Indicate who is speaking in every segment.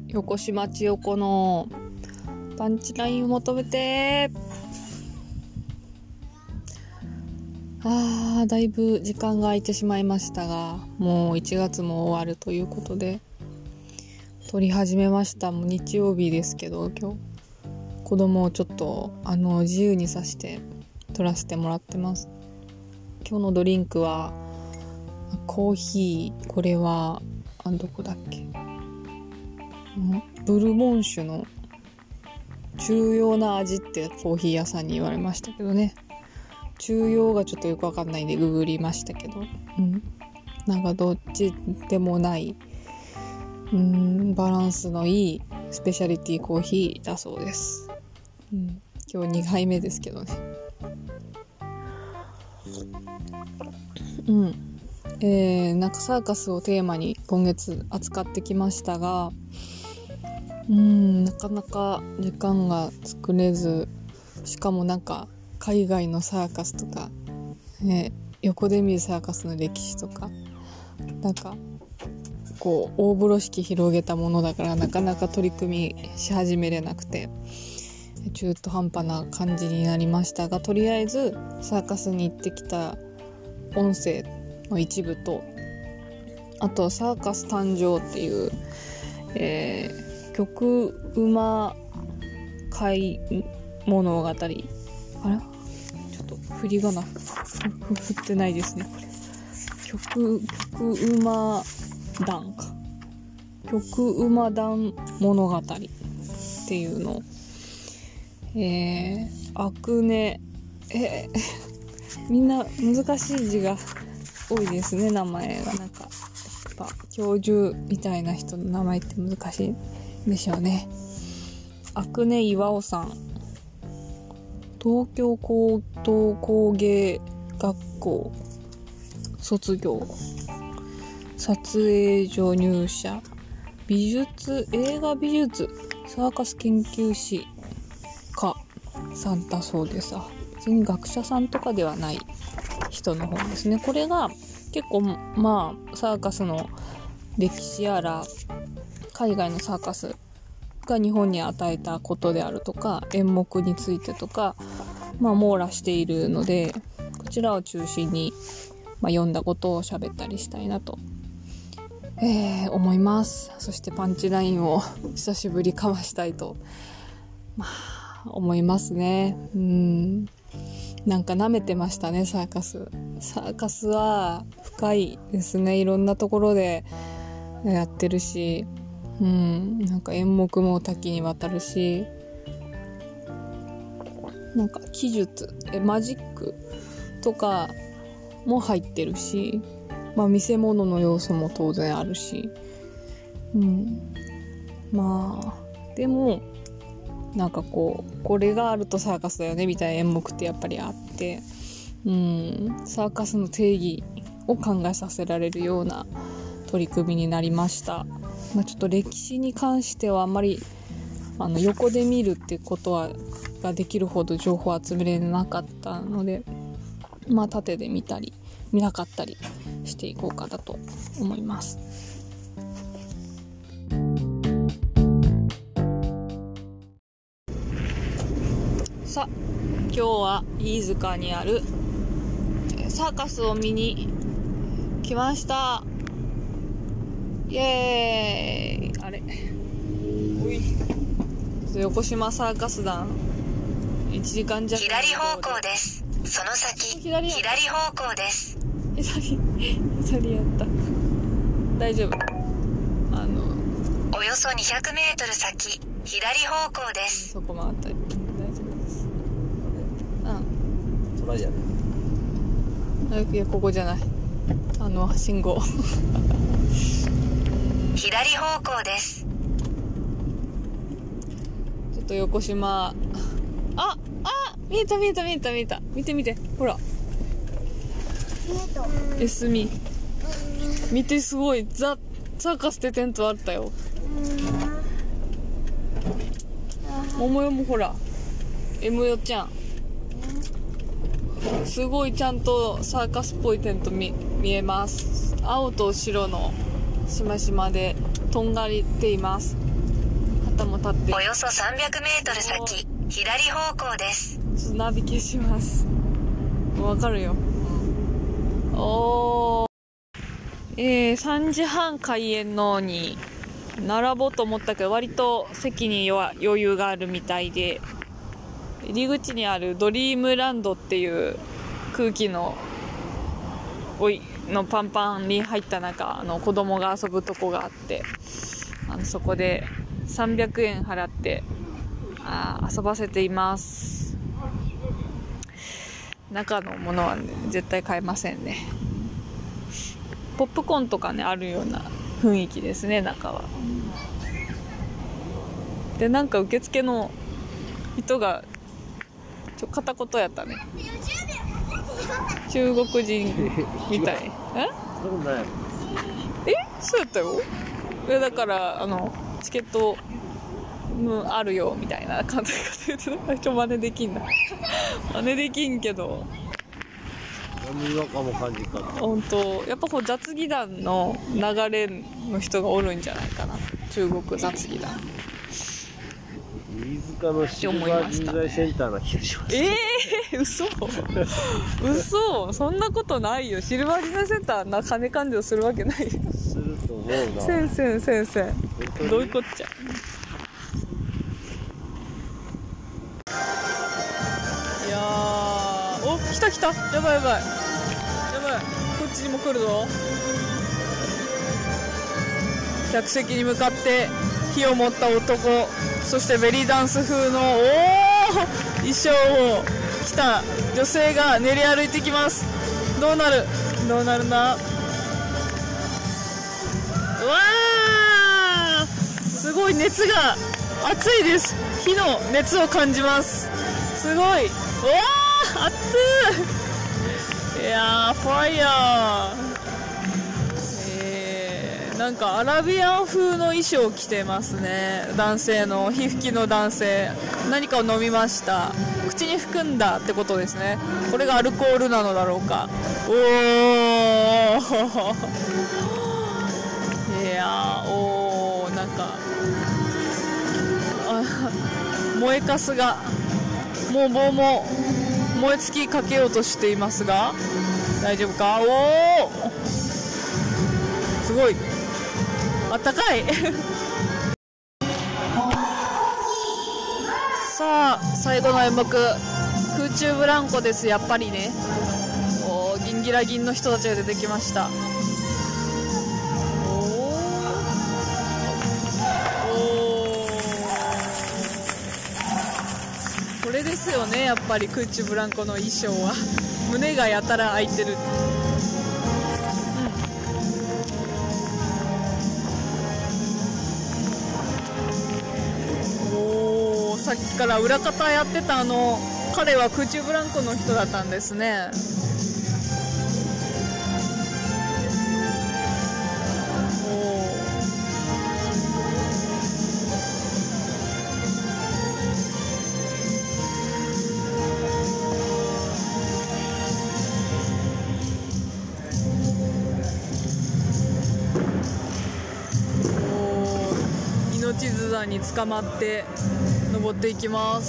Speaker 1: 横島千代子のパンチラインを求めて。だいぶ時間が空いてしまいましたが、もう1月も終わるということで撮り始めました。もう日曜日ですけど、今日子供をちょっと自由にさせて撮らせてもらってます。今日のドリンクはコーヒー、これはどこだっけ、ブルボン酒の中庸な味ってコーヒー屋さんに言われましたけどね。中庸がちょっとよくわかんないんでググりましたけど、なんかどっちでもないバランスのいいスペシャリティコーヒーだそうです。今日2杯目ですけどね。なんかサーカスをテーマに今月扱ってきましたが、なかなか時間が作れず、しかもなんか海外のサーカスとか、横で見るサーカスの歴史とか、なんかこう大風呂敷広げたものだからなかなか取り組みし始めれなくて中途半端な感じになりましたが、とりあえずサーカスに行ってきた音声の一部と、あとサーカス誕生っていう、曲馬会物語、あれちょっと振り仮名振ってないですね。これ曲馬団か、曲馬団物語っていうの、アクネ、みんな難しい字が多いですね、名前が。なんかやっぱ教授みたいな人の名前って難しいでしょうね。アクネ岩尾さん、東京高等工芸学校卒業、撮影所入社、映画美術サーカス研究士家さんだそうです。別に学者さんとかではない人の本ですね。これが結構サーカスの歴史やら海外のサーカスが日本に与えたことであるとか演目についてとか網羅しているので、こちらを中心に、読んだことを喋ったりしたいなと、思います。そしてパンチラインを久しぶりかましたいと、思いますね。なんか舐めてましたね、サーカスは深いですね。いろんなところでやってるし、なんか演目も多岐にわたるし、なんか奇術、マジックとかも入ってるし、見せ物の要素も当然あるし、でもなんかこれがあるとサーカスだよねみたいな演目ってやっぱりあって、サーカスの定義を考えさせられるような取り組みになりました。ちょっと歴史に関してはあんまり横で見るってことができるほど情報を集めれなかったので、縦で見たり見なかったりしていこうかなと思います。さあ、今日は飯塚にあるサーカスを見に来ました。イエーイ。あれ、横島サーカス団1時間弱。
Speaker 2: 左方向です。その先左方向です。
Speaker 1: 左やった。大丈夫。
Speaker 2: およそ200メートル先左方向です。
Speaker 1: そこ回ったり大丈夫です。
Speaker 3: トライアル。
Speaker 1: いや、ここじゃない。信号。
Speaker 2: 左方向です。
Speaker 1: ちょっと横島、見えた。見て、ほら。エスミ。見て、すごい。サーカスってテントあったよ。桃よもほら。M よちゃん。すごいちゃんとサーカスっぽいテント見えます。青と白のしましまでとんがりています。 方も立って
Speaker 2: およそ300メートル先、左方向です。
Speaker 1: ちょっとナビ消します。わかるよ。おー。3時半開演のに並ぼうと思ったけど、割と席に余裕があるみたいで、入り口にあるドリームランドっていう空気のパンパンに入った中、子供が遊ぶとこがあって、そこで300円払って遊ばせています。中のものは、ね、絶対買えませんね。ポップコーンとかねあるような雰囲気ですね、中は。で、なんか受付の人が片言やったね。中国人みたい。そうやったよ。だからチケットあるよみたいな感じで言ってた。真似できんな。真似できんけど。
Speaker 4: 何違和感も感じかった。
Speaker 1: 本当、やっぱ雑技団の流れの人がおるんじゃないかな。中国雑技団。
Speaker 4: 飯塚のシルバー人材センターな気がします。
Speaker 1: 嘘そんなことないよ。シルバー人材センターな金勘定するわけないよ。
Speaker 4: すると思うな。
Speaker 1: 先生どういうこっちゃ。いやー、お、来たやばいこっちにも来るぞ。客席に向かって火を持った男、そしてベリーダンス風の衣装を着た女性が練り歩いてきます。どうなるんだ。うわー、すごい熱が熱いです。火の熱を感じます。すごい。うわー、熱い。いやー、ファイヤー。なんかアラビアン風の衣装を着てますね。男性の皮膚きの男性、何かを飲みました。口に含んだってことですね。これがアルコールなのだろうか。おーいやー、おー、なんか燃えかすがもう棒も燃え尽きかけようとしていますが、大丈夫か。おー、すごいあったかいさあ、最後の演目、空中ブランコです。やっぱりね。おー、ギンギラギンの人たちが出てきました。これですよね、やっぱり空中ブランコの衣装は。胸がやたら開いてる。さっきから裏方やってた彼は空中ブランコの人だったんですね。命綱に捕まって登っていきます。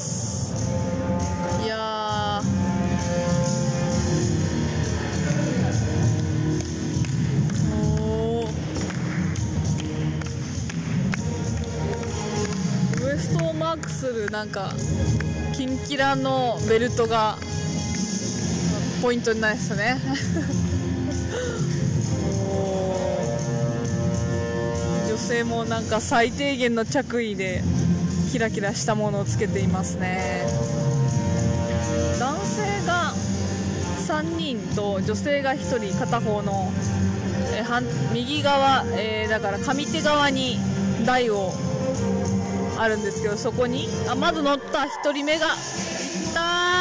Speaker 1: いやウエストをマークするなんかキンキラのベルトがポイントになりますね女性もなんか最低限の着衣でキラキラしたものをつけていますね。男性が3人と女性が1人、片方の右側、だから上手側に台をあるんですけど、そこにまず乗った1人目がいった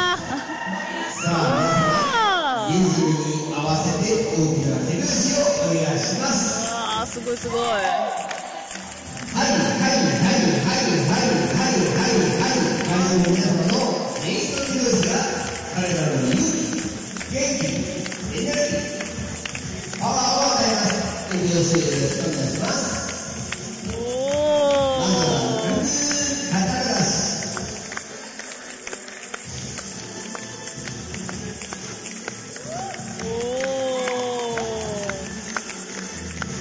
Speaker 1: ー。
Speaker 5: 人数に合わせて大きな手拍子をお願いします。
Speaker 1: すごいすごい。
Speaker 5: はいはいはいはいはいはいはいはいはい。会場の皆様のメインの拍子が彼らの勇気、元気、エネルギー、パワーを与えます。よろしくお願いします。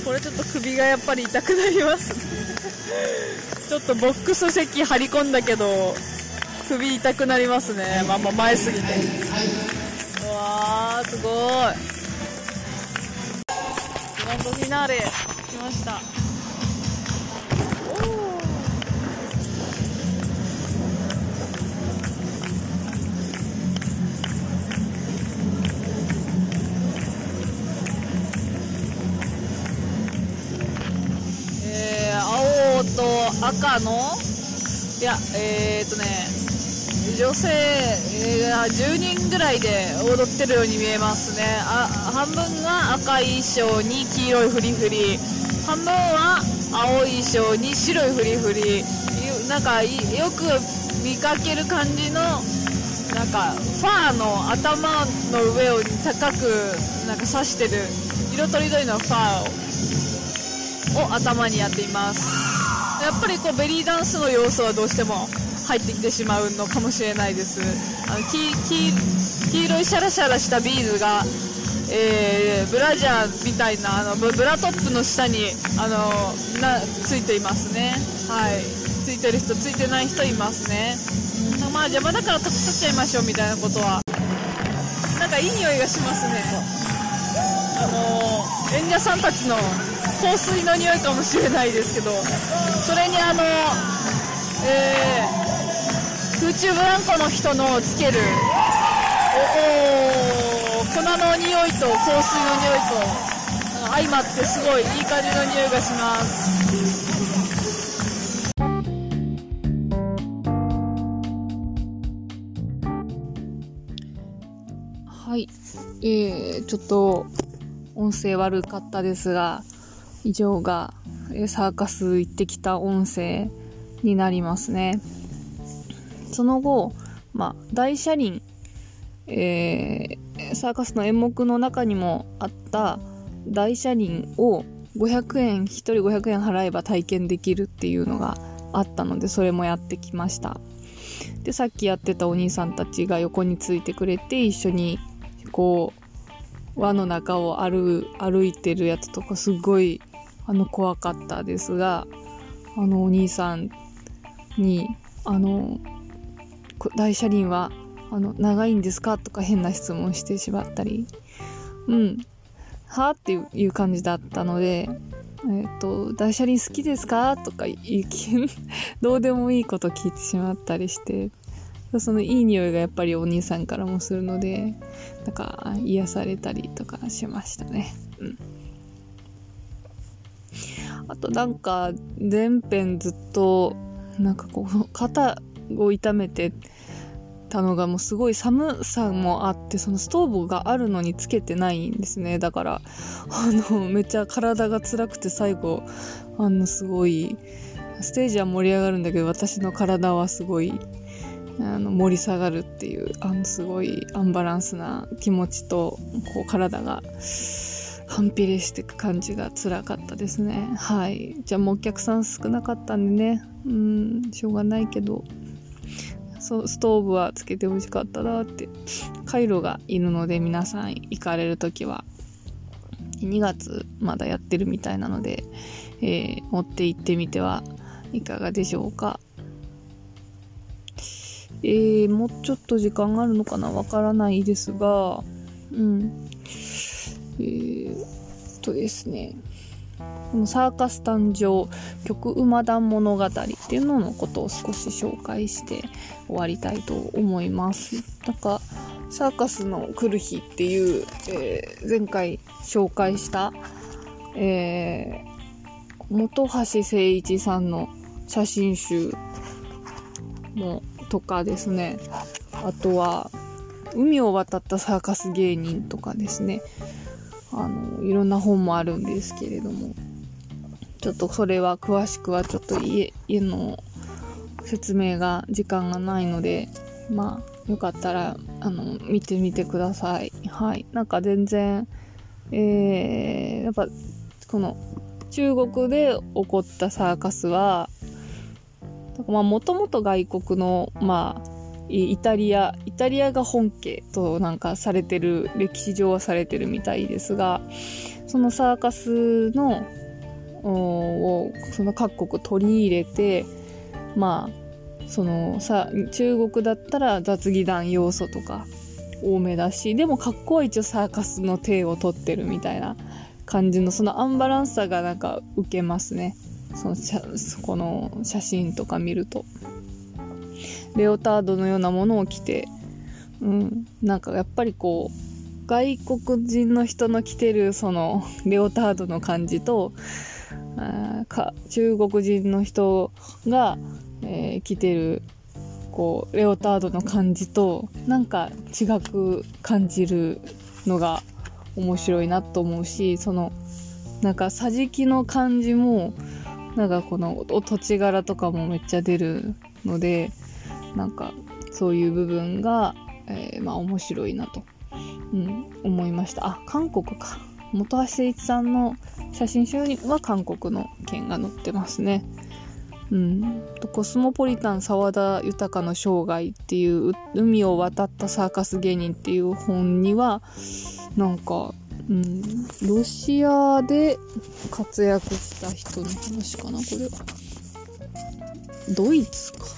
Speaker 1: これちょっと首がやっぱり痛くなりますちょっとボックス席張り込んだけど首痛くなりますね。まあまあ前すぎて。うわーすごい。グランドフィナーレ来ました。青と赤のいや女性、10人ぐらいで踊ってるように見えますね。半分が赤い衣装に黄色いフリフリ、半分は青い衣装に白いフリフリ、なんかよく見かける感じのなんかファーの頭の上を高くなんか刺してる色とりどりのファーを頭にやっています。やっぱりこうベリーダンスの要素はどうしても入ってきてしまうのかもしれないです。黄色いシャラシャラしたビーズが、ブラジャーみたいなブラトップの下についていますね。はい、ついてる人ついてない人いますね。まあ邪魔だから取っちゃいましょうみたいなことはなんかいい匂いがしますね。演者さんたちの香水の匂いかもしれないですけど、それに空中ブランコの人のつける粉の匂いと香水の匂いと相まってすごいいい感じの匂いがします。はい、ちょっと音声悪かったですが、以上がサーカス行ってきた音声になりますね。その後、大車輪、サーカスの演目の中にもあった大車輪を500円、1人500円払えば体験できるっていうのがあったので、それもやってきました。で、さっきやってたお兄さんたちが横についてくれて、一緒にこう輪の中を歩いてるやつとかすごい怖かったですが、お兄さんに大車輪は長いんですかとか変な質問してしまったり、はっていう感じだったので、大車輪好きですかとかどうでもいいこと聞いてしまったりして、そのいい匂いがやっぱりお兄さんからもするので、なんか癒されたりとかしましたね。あとなんか前編ずっとなんかこう肩を痛めてたのが、もうすごい寒さもあって、そのストーブがあるのにつけてないんですね。だからめっちゃ体が辛くて、最後すごいステージは盛り上がるんだけど、私の体はすごい盛り下がるっていうすごいアンバランスな気持ちと、こう体が反比例していく感じが辛かったですね。はい。じゃあもうお客さん少なかったんでね、しょうがないけど、ストーブはつけてほしかったなって。カイロがいるので、皆さん行かれるときは2月まだやってるみたいなので、持って行ってみてはいかがでしょうか。もうちょっと時間があるのかな、わからないですが、ですね、このサーカス誕生曲馬団物語っていうののことを少し紹介して終わりたいと思います。なんかサーカスの来る日っていう、前回紹介した、本橋誠一さんの写真集もとかですね、あとは海を渡ったサーカス芸人とかですね、いろんな本もあるんですけれども、ちょっとそれは詳しくはちょっと家の説明が時間がないので、よかったら見てみてください。はい。なんか全然やっぱこの中国で起こったサーカスはもともと外国のイタリアが本家となんかされてる、歴史上はされてるみたいですが、 そのサーカスのをその各国取り入れて、まあその中国だったら雑技団要素とか多めだし、でも格好は一応サーカスの体を取ってるみたいな感じの、そのアンバランスさがなんか受けますね。この写真とか見るとレオタードのようなものを着て、なんかやっぱりこう外国人の人の着てるそのレオタードの感じと中国人の人が、着てるこうレオタードの感じとなんか違く感じるのが面白いなと思うし、そのなんか桟敷の感じもなんかこの土地柄とかもめっちゃ出るので、なんかそういう部分が、まあ面白いなと、思いました。韓国か。本橋誠一さんの写真集には韓国の件が載ってますね。コスモポリタン澤田豊の生涯っていう海を渡ったサーカス芸人っていう本にはなんか、ロシアで活躍した人の話かな、これは。ドイツか。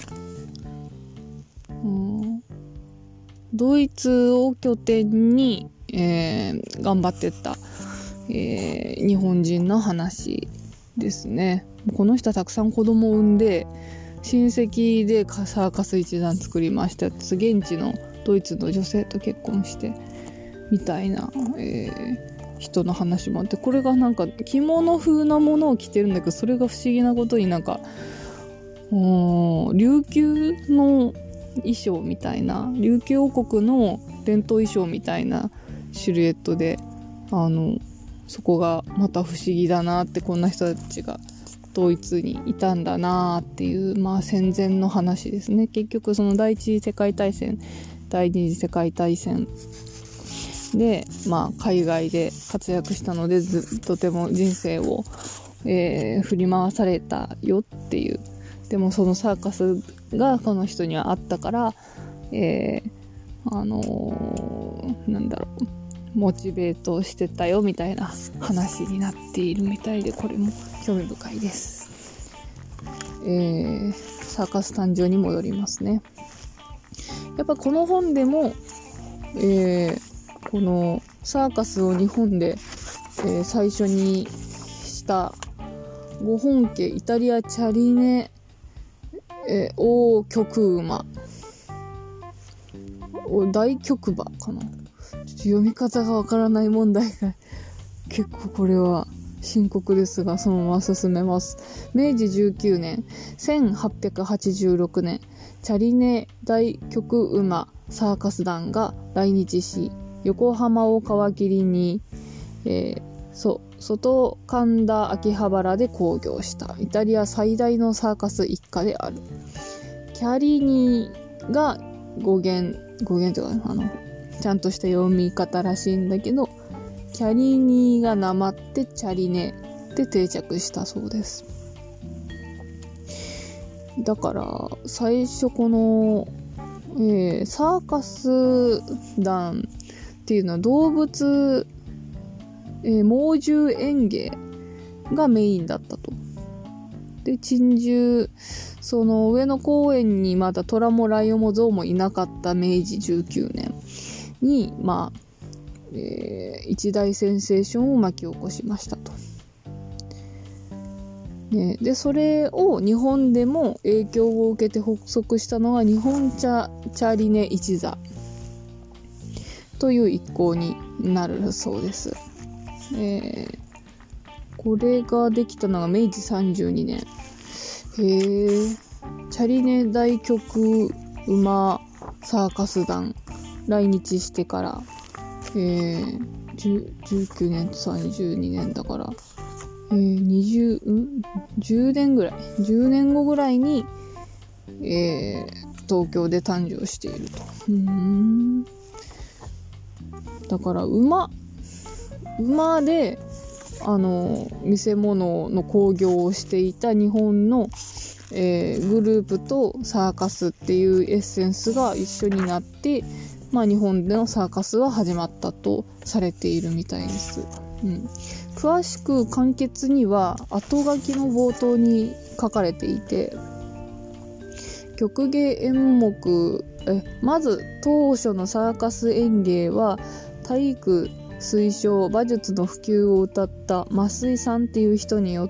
Speaker 1: ドイツを拠点に、頑張ってった、日本人の話ですね。この人はたくさん子供を産んで親戚でサーカス一団作りました。現地のドイツの女性と結婚してみたいな、人の話もあって、これがなんか着物風なものを着てるんだけど、それが不思議なことになんか琉球の衣装みたいな、琉球王国の伝統衣装みたいなシルエットで、そこがまた不思議だなって、こんな人たちがドイツにいたんだなっていう、まあ戦前の話ですね。結局その第一次世界大戦、第二次世界大戦で、まあ海外で活躍したのでとても人生を、振り回されたよっていう。でもそのサーカスがこの人にはあったから、なんだろう、モチベートしてたよみたいな話になっているみたいで、これも興味深いです。サーカス誕生に戻りますね。やっぱこの本でも、このサーカスを日本で、最初にした5本家イタリアチャリネ、大曲馬大曲馬かな、読み方がわからない問題が結構これは深刻ですが、そのまま進めます。明治19年1886年チャリネ大曲馬サーカス団が来日し、横浜を皮切りに、外神田秋葉原で興行したイタリア最大のサーカス一家である。キャリニが語源というか、ちゃんとした読み方らしいんだけど、キャリニがなまってチャリネで定着したそうです。だから最初この、サーカス団っていうのは動物、猛獣演芸がメインだったと。で、珍獣、その上野公園にまだ虎もライオンもゾウもいなかった明治19年に、まあ、一大センセーションを巻き起こしましたと。で、それを日本でも影響を受けて発足したのが日本チャリネ一座という一行になるそうです。これができたのが明治32年。チャリネ大曲馬サーカス団来日してから、19年と32年だから、10年ぐらい、10年後ぐらいに、東京で誕生していると。だから馬で見せ物の興行をしていた日本の、グループとサーカスっていうエッセンスが一緒になって、まあ日本でのサーカスは始まったとされているみたいです。 詳しく簡潔には後書きの冒頭に書かれていて、曲芸演目、まず当初のサーカス演芸は体育推奨馬術の普及を謳った増井さんっていう人によって、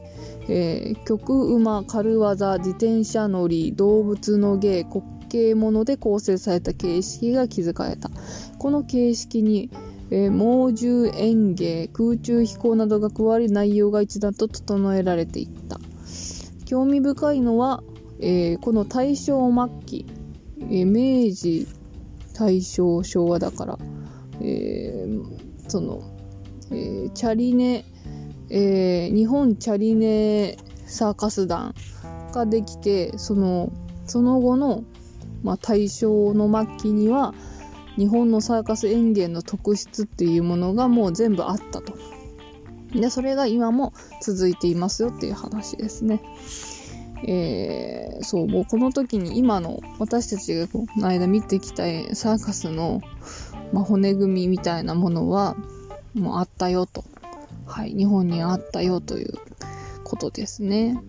Speaker 1: 曲馬、軽技、自転車乗り、動物の芸、滑稽物で構成された形式が築かれた。この形式に、猛獣演芸、空中飛行などが加わり、内容が一段と整えられていった。興味深いのは、この大正末期、明治、大正、昭和だから、チャリネ、日本チャリネサーカス団ができて、その後の、大正の末期には日本のサーカス演芸の特質っていうものがもう全部あったと。で、それが今も続いていますよっていう話ですね。もうこの時に今の私たちがこの間見てきたサーカスの、骨組みみたいなものはもうあったよと。はい、日本にあったよということですね。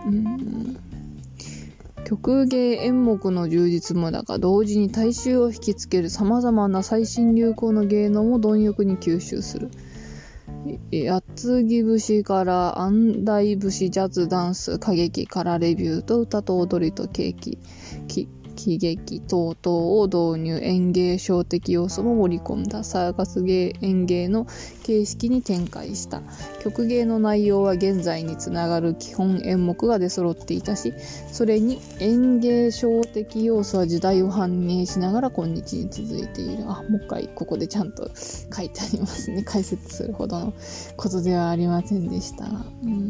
Speaker 1: 曲芸演目の充実もだが、同時に大衆を引きつける様々な最新流行の芸能も貪欲に吸収する。八つ木節から安大節、ジャズ、ダンス、歌劇からレビューと歌と踊りと喜劇等々を導入、演芸小的要素も盛り込んだサーカス芸演芸の形式に展開した。曲芸の内容は現在につながる基本演目が出揃っていたし、それに演芸小的要素は時代を反映しながら今日に続いている。もう一回ここでちゃんと書いてありますね。解説するほどのことではありませんでしたが、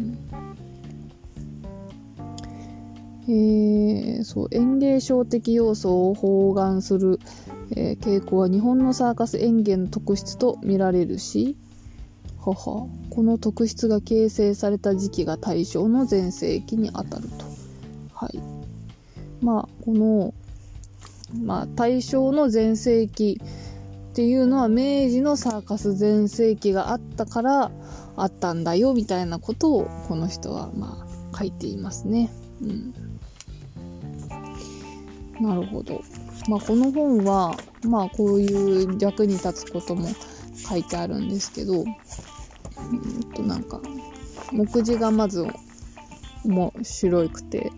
Speaker 1: 演芸小的要素を包含する、傾向は日本のサーカス演芸の特質と見られるし、この特質が形成された時期が大正の全盛期にあたると。はい。この、大正の全盛期っていうのは明治のサーカス全盛期があったからあったんだよみたいなことをこの人は書いていますね。なるほど。この本はこういう役に立つことも書いてあるんですけど、目次がまず面白くて、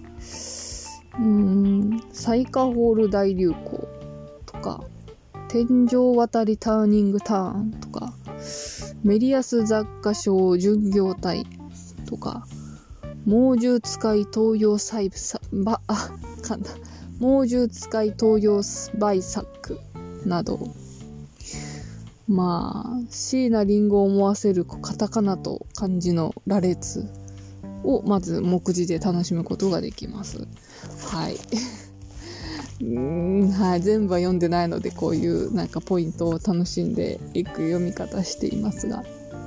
Speaker 1: サイカホール大流行とか、天井渡りターニングターンとか、メリアス雑貨商巡業隊とか、猛獣使い東洋猛獣使い東洋バイサックなど、椎名林檎を思わせるカタカナと漢字の羅列をまず目次で楽しむことができます。はい。全部は読んでないので、こういうポイントを楽しんでいく読み方していますが、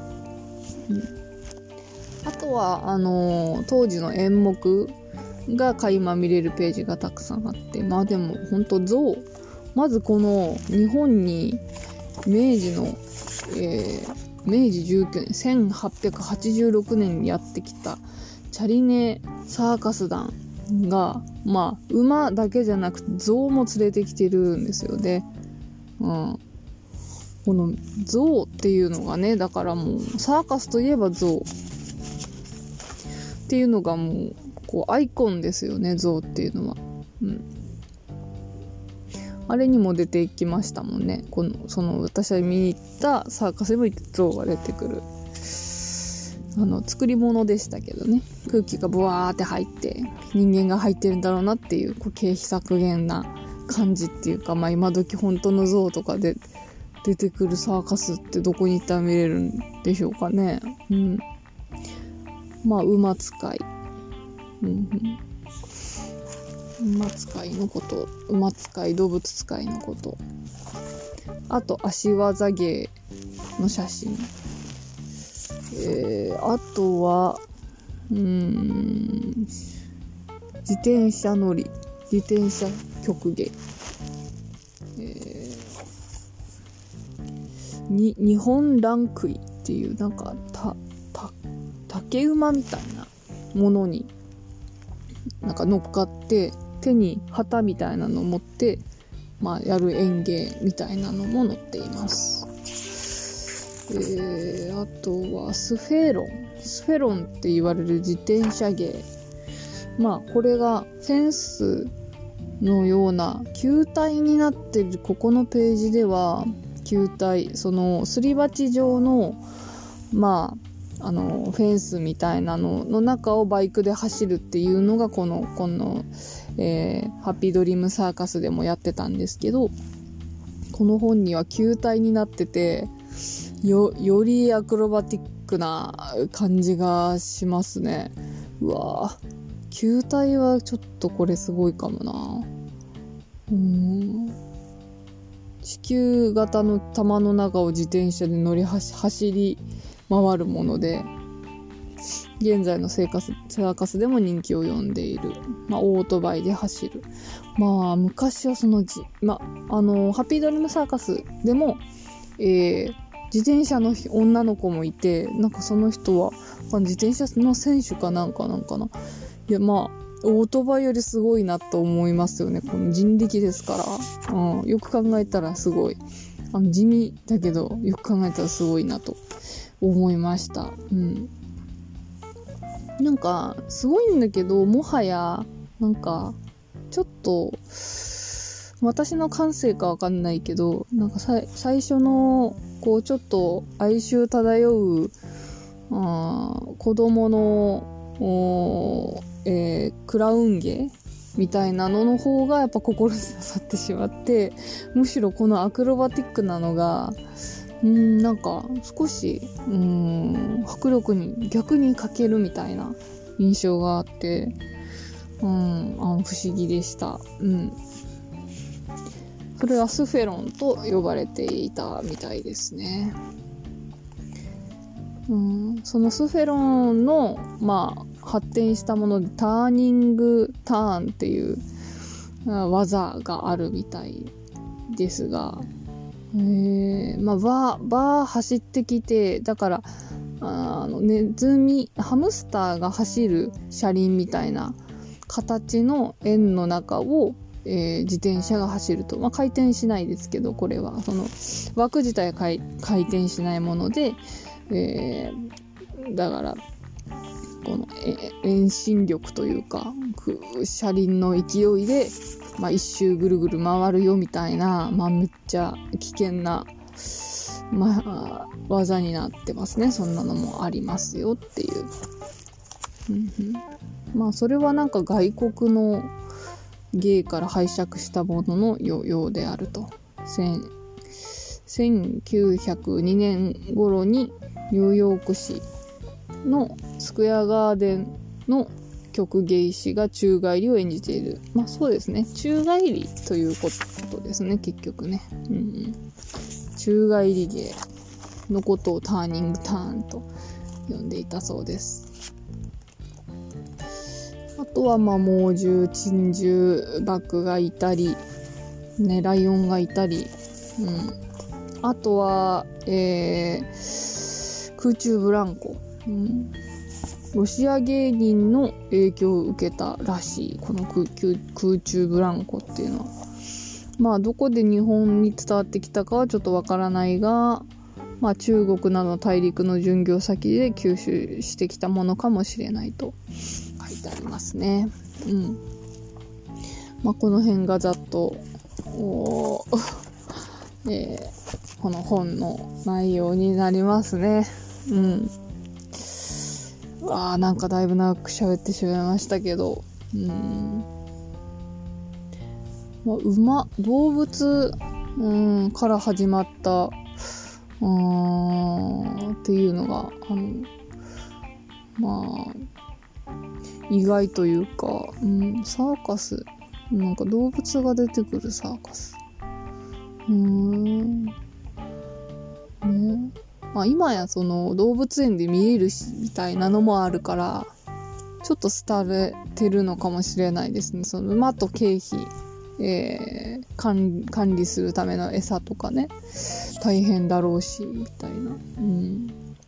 Speaker 1: あとは当時の演目が垣間見れるページがたくさんあって、でも本当象、まずこの日本に明治19年1886年にやってきたチャリネサーカス団が馬だけじゃなくて象も連れてきてるんですよね。この象っていうのがね、だからもうサーカスといえば象っていうのがもうアイコンですよね、象っていうのは。あれにも出てきましたもんね。私が見に行ったサーカスにも象が出てくる。作り物でしたけどね。空気がブワーって入って人間が入ってるんだろうなっていう、経費削減な感じっていうか、今時本当の象とかで出てくるサーカスってどこに行ったら見れるんでしょうかね。馬使い。馬使いのこと、馬使い、動物使いのこと、あと足技芸の写真、あとは自転車乗り、自転車曲芸、日本ランクイっていうなんか竹馬みたいなものになんか乗っかって手に旗みたいなのを持って、やる演芸みたいなのも載っています。あとはスフェロンって言われる自転車芸。これがフェンスのような球体になってるここのページでは、球体、そのすり鉢状のフェンスみたいなのの中をバイクで走るっていうのがこのハッピードリームサーカスでもやってたんですけど、この本には球体になっててよりアクロバティックな感じがしますね。うわぁ、球体はちょっとこれすごいかもな。地球型の玉の中を自転車で走り回るもので、現在のサーカスでも人気を呼んでいる、オートバイで走る。昔はハッピードリームサーカスでも、自転車の女の子もいて、なんかその人は自転車の選手かなんかな。いや、オートバイよりすごいなと思いますよね。この人力ですから、よく考えたらすごい。地味だけど、よく考えたらすごいなと思いました。なんか、すごいんだけど、もはや、なんか、ちょっと、私の感性かわかんないけど、なんか最初の、ちょっと哀愁漂う、子供の、クラウン芸みたいなのの方がやっぱ心に刺さってしまって、むしろこのアクロバティックなのがなんか少し迫力に逆に欠けるみたいな印象があって、不思議でした。それはスフェロンと呼ばれていたみたいですね。そのスフェロンの発展したものでターニングターンっていう技があるみたいですが、バー走ってきて、だからハムスターが走る車輪みたいな形の円の中を、自転車が走ると、回転しないですけど、これはその枠自体は回転しないもので、だからこの遠心力というか車輪の勢いで、一周ぐるぐる回るよみたいな、めっちゃ危険な、技になってますね。そんなのもありますよっていう。それはなんか外国の芸から拝借したもののようであると。1902年頃にニューヨーク市のスクエアガーデンの曲芸師が宙返りを演じている。そうですね。宙返りということですね、結局ね。宙返り芸のことをターニングターンと呼んでいたそうです。あとは猛獣、珍獣、バクがいたり、ライオンがいたり、あとは、空中ブランコ、ロシア芸人の影響を受けたらしい、この空中ブランコっていうのは。どこで日本に伝わってきたかはちょっとわからないが、中国などの大陸の巡業先で吸収してきたものかもしれないと書いてありますね。この辺がざっとこの本の内容になりますね。なんかだいぶ長く喋ってしまいましたけど、動物、から始まったっていうのが意外というか、サーカス、なんか動物が出てくるサーカス。今やその動物園で見えるしみたいなのもあるから、ちょっと廃れてるのかもしれないですね。その馬と経費、管理するための餌とかね、大変だろうしみたいな。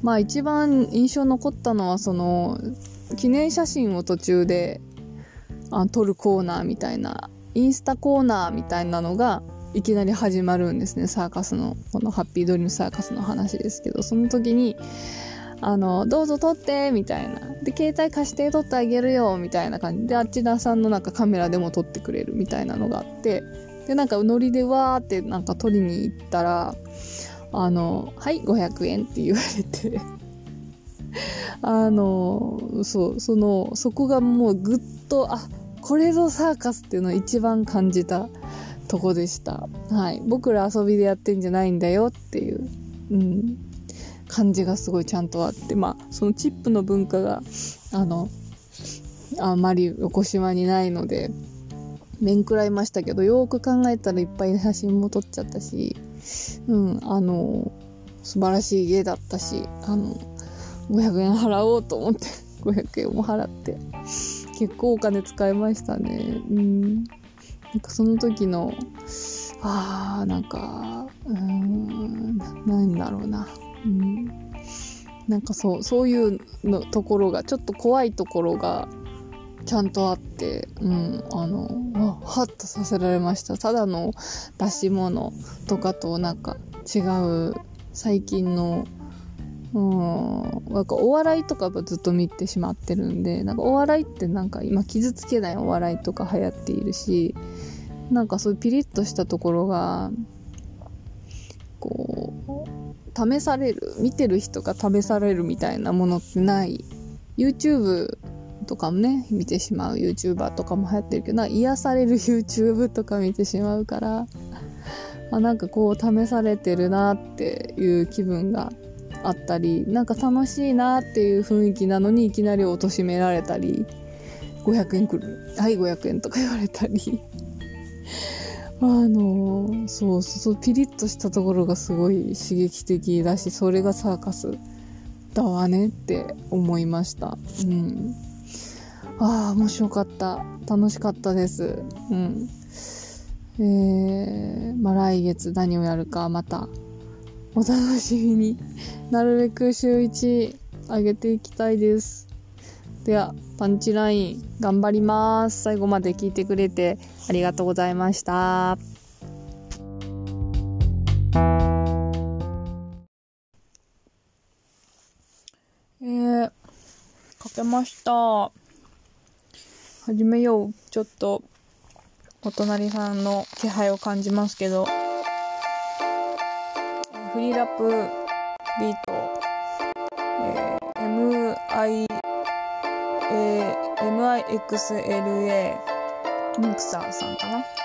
Speaker 1: 一番印象残ったのはその記念写真を途中で撮るコーナーみたいな、インスタコーナーみたいなのがいきなり始まるんですね。サーカスの、このハッピードリームサーカスの話ですけど、その時にどうぞ撮ってみたいな、で携帯貸して撮ってあげるよみたいな感じで、あっち田さんのなんかカメラでも撮ってくれるみたいなのがあって、でなんかノリでわーってなんか撮りに行ったら、はい500円って言われてそこがもうぐっと、これぞサーカスっていうのを一番感じたとこでした。はい、僕ら遊びでやってんじゃないんだよっていう、感じがすごいちゃんとあって、そのチップの文化があまり横島にないので面食らいましたけど、よーく考えたらいっぱい写真も撮っちゃったし、素晴らしい芸だったし、500円払おうと思って500円も払って結構お金使いましたね。なんかその時のなんだろうな、なんかそういうのところがちょっと怖いところがちゃんとあって、ハッとさせられました。ただの出し物とかとなんか違う最近のなんかお笑いとかずっと見てしまってるんで、なんかお笑いってなんか今傷つけないお笑いとか流行っているし、なんかそういうピリッとしたところがこう試される、見てる人が試されるみたいなものってない。 YouTube とかもね見てしまう YouTuber とかも流行ってるけど、癒される YouTube とか見てしまうから、なんかこう試されてるなっていう気分があったり、なんか楽しいなっていう雰囲気なのにいきなり貶められたり、500円くる、はい500円とか言われたりそうピリッとしたところがすごい刺激的だし、それがサーカスだわねって思いました。面白かった、楽しかったです。来月何をやるかまたお楽しみに。なるべく週1上げていきたいです。ではパンチライン頑張ります。最後まで聞いてくれてありがとうございました。かけました。始めよう。ちょっとお隣さんの気配を感じますけど、フリーラップビート、MIXLA ミクサーさんかな。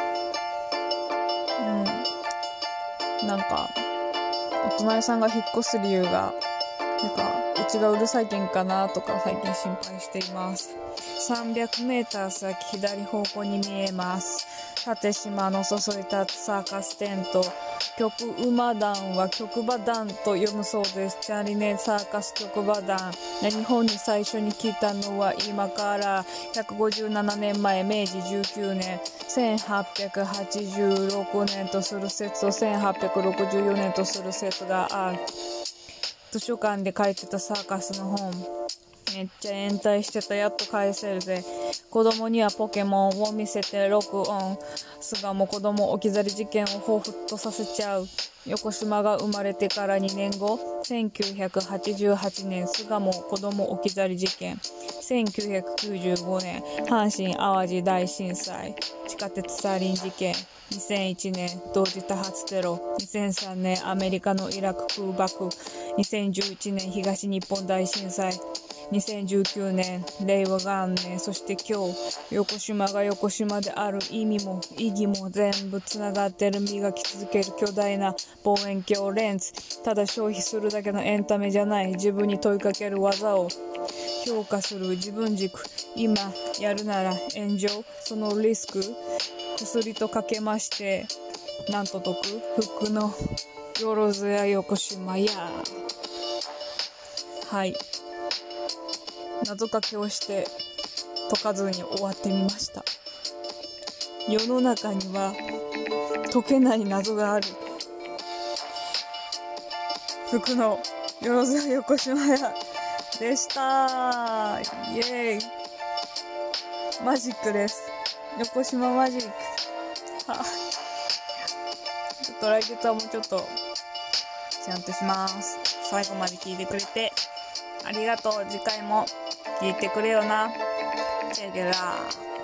Speaker 1: なんかお隣さんが引っ越す理由がなんかうちがうるさいけんかなとか最近心配しています。300メーター先左方向に見えます。縦島の注いだサーカステント。曲馬団は曲馬団と読むそうです。チャリネサーカス曲馬団。日本に最初に来たのは今から157年前、明治19年、1886年とする説と1864年とする説がある。図書館で書いてたサーカスの本。めっちゃ延滞してた、やっと返せるぜ。子供にはポケモンを見せて録音。巣鴨子供置き去り事件を彷彿とさせちゃう。横島が生まれてから2年後、1988年巣鴨子供置き去り事件。1995年阪神淡路大震災。地下鉄サリン事件。2001年同時多発テロ。2003年アメリカのイラク空爆。2011年東日本大震災。2019年令和元年、そして今日、横島が横島である意味も意義も全部つながってる。磨き続ける巨大な望遠鏡レンズ。ただ消費するだけのエンタメじゃない。自分に問いかける技を評価する自分軸。今やるなら炎上、そのリスク薬とかけまして、なんと解く服のよろずや横島や。はい、謎かけをして解かずに終わってみました。世の中には解けない謎がある。服のよろずや横島屋でした。イエーイ。マジックです。横島マジック。ちょっと来月はもうちょっとちゃんとします。最後まで聞いてくれてありがとう。次回も聞いてくれよな。チェゲラー。